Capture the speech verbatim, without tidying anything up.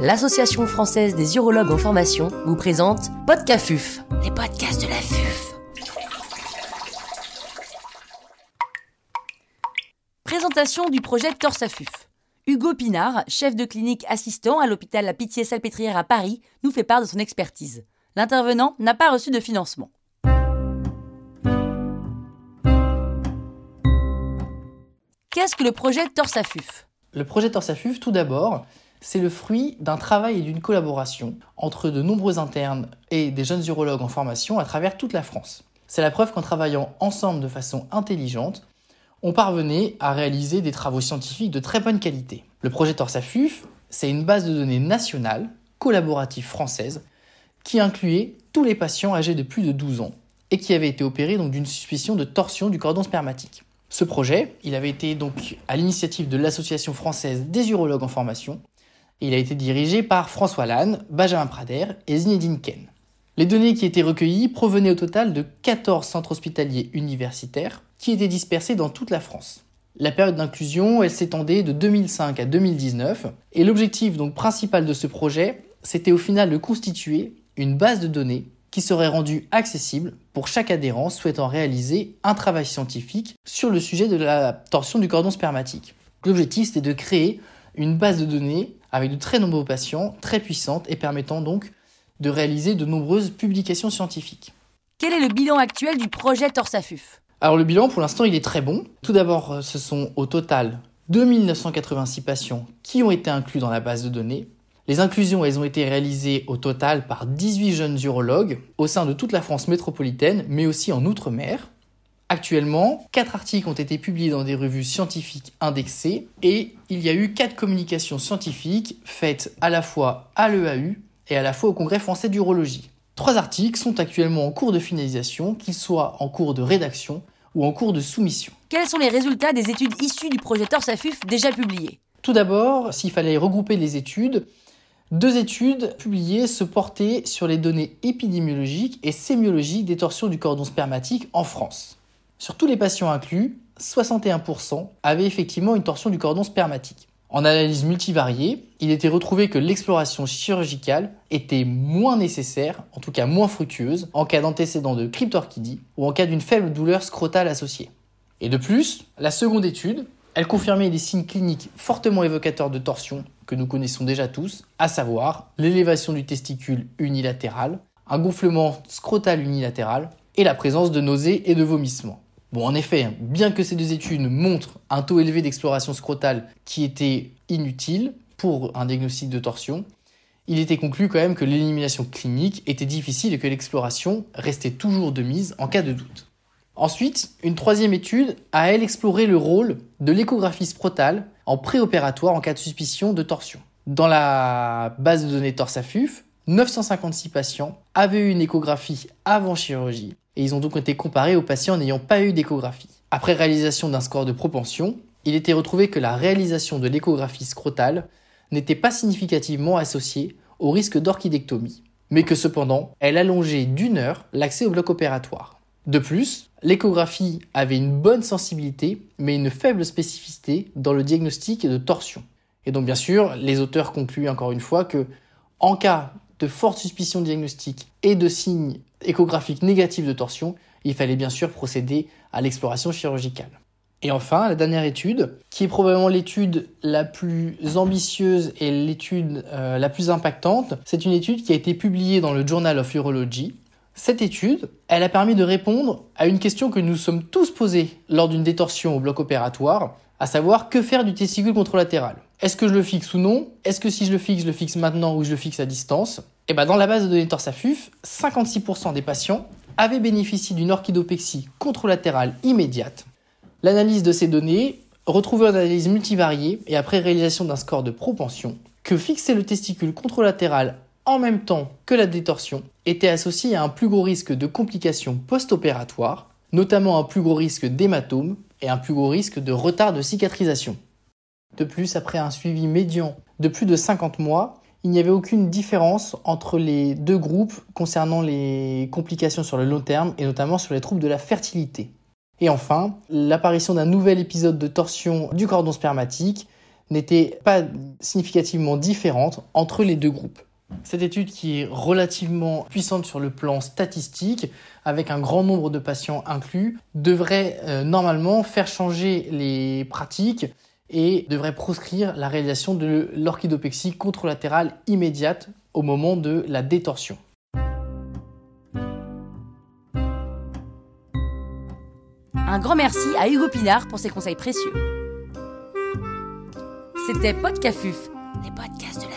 l'Association française des urologues en formation vous présente Podcafuf, les podcasts de la F U F. Présentation du projet Torsafuf. Hugo Pinard, chef de clinique assistant à l'hôpital La Pitié-Salpêtrière à Paris, nous fait part de son expertise. L'intervenant n'a pas reçu de financement. Qu'est-ce que le projet Torsafuf ? Le projet Torsafuf, tout d'abord, c'est le fruit d'un travail et d'une collaboration entre de nombreux internes et des jeunes urologues en formation à travers toute la France. C'est la preuve qu'en travaillant ensemble de façon intelligente, on parvenait à réaliser des travaux scientifiques de très bonne qualité. Le projet Torsafuf, c'est une base de données nationale, collaborative française, qui incluait tous les patients âgés de plus de douze ans et qui avaient été opérés donc, d'une suspicion de torsion du cordon spermatique. Ce projet, il avait été donc à l'initiative de l'Association française des urologues en formation et il a été dirigé par François Lannes, Benjamin Prader et Zinedine Ken. Les données qui étaient recueillies provenaient au total de quatorze centres hospitaliers universitaires qui étaient dispersés dans toute la France. La période d'inclusion, elle s'étendait de deux mille cinq à deux mille dix-neuf et l'objectif donc principal de ce projet, c'était au final de constituer une base de données qui serait rendue accessible pour chaque adhérent souhaitant réaliser un travail scientifique sur le sujet de la torsion du cordon spermatique. L'objectif, c'était de créer une base de données avec de très nombreux patients, très puissante et permettant donc de réaliser de nombreuses publications scientifiques. Quel est le bilan actuel du projet Torsafuf ? Alors le bilan, pour l'instant, il est très bon. Tout d'abord, ce sont au total deux mille neuf cent quatre-vingt-six patients qui ont été inclus dans la base de données. Les inclusions, elles ont été réalisées au total par dix-huit jeunes urologues au sein de toute la France métropolitaine, mais aussi en Outre-mer. Actuellement, quatre articles ont été publiés dans des revues scientifiques indexées et il y a eu quatre communications scientifiques faites à la fois à l'E A U et à la fois au Congrès français d'urologie. Trois articles sont actuellement en cours de finalisation, qu'ils soient en cours de rédaction ou en cours de soumission. Quels sont les résultats des études issues du projet Torsafuf déjà publiées ? Tout d'abord, s'il fallait regrouper les études, deux études publiées se portaient sur les données épidémiologiques et sémiologiques des torsions du cordon spermatique en France. Sur tous les patients inclus, soixante et un pour cent avaient effectivement une torsion du cordon spermatique. En analyse multivariée, il était retrouvé que l'exploration chirurgicale était moins nécessaire, en tout cas moins fructueuse, en cas d'antécédent de cryptorchidie ou en cas d'une faible douleur scrotale associée. Et de plus, la seconde étude, elle confirmait des signes cliniques fortement évocateurs de torsion que nous connaissons déjà tous, à savoir l'élévation du testicule unilatéral, un gonflement scrotal unilatéral et la présence de nausées et de vomissements. Bon, en effet, bien que ces deux études montrent un taux élevé d'exploration scrotale qui était inutile pour un diagnostic de torsion, il était conclu quand même que l'élimination clinique était difficile et que l'exploration restait toujours de mise en cas de doute. Ensuite, une troisième étude a, elle, exploré le rôle de l'échographie scrotale en préopératoire en cas de suspicion de torsion. Dans la base de données Torsafuf, neuf cent cinquante-six patients avaient eu une échographie avant chirurgie et ils ont donc été comparés aux patients n'ayant pas eu d'échographie. Après réalisation d'un score de propension, il était retrouvé que la réalisation de l'échographie scrotale n'était pas significativement associée au risque d'orchidectomie, mais que cependant, elle allongeait d'une heure l'accès au bloc opératoire. De plus, l'échographie avait une bonne sensibilité, mais une faible spécificité dans le diagnostic de torsion. Et donc bien sûr, les auteurs concluent encore une fois que, en cas de forte suspicion diagnostique et de signes échographiques négatifs de torsion, il fallait bien sûr procéder à l'exploration chirurgicale. Et enfin, la dernière étude, qui est probablement l'étude la plus ambitieuse et l'étude euh, la plus impactante, c'est une étude qui a été publiée dans le Journal of Urology. Cette étude, elle a permis de répondre à une question que nous sommes tous posés lors d'une détorsion au bloc opératoire, à savoir que faire du testicule contralatéral. Est-ce que je le fixe ou non ? Est-ce que si je le fixe, je le fixe maintenant ou je le fixe à distance ? Et ben dans la base de données Torsafuf, cinquante-six pour cent des patients avaient bénéficié d'une orchidopexie contralatérale immédiate. L'analyse de ces données retrouvait en analyse multivariée et après réalisation d'un score de propension que fixer le testicule contralatéral en même temps que la détorsion était associé à un plus gros risque de complications post-opératoires, notamment un plus gros risque d'hématome et un plus gros risque de retard de cicatrisation. De plus, après un suivi médian de plus de cinquante mois, il n'y avait aucune différence entre les deux groupes concernant les complications sur le long terme et notamment sur les troubles de la fertilité. Et enfin, l'apparition d'un nouvel épisode de torsion du cordon spermatique n'était pas significativement différente entre les deux groupes. Cette étude, qui est relativement puissante sur le plan statistique, avec un grand nombre de patients inclus, devrait euh, normalement faire changer les pratiques et devrait proscrire la réalisation de l'orchidopexie contralatérale immédiate au moment de la détorsion. Un grand merci à Hugo Pinard pour ses conseils précieux. C'était Podcafuf, les podcasts de la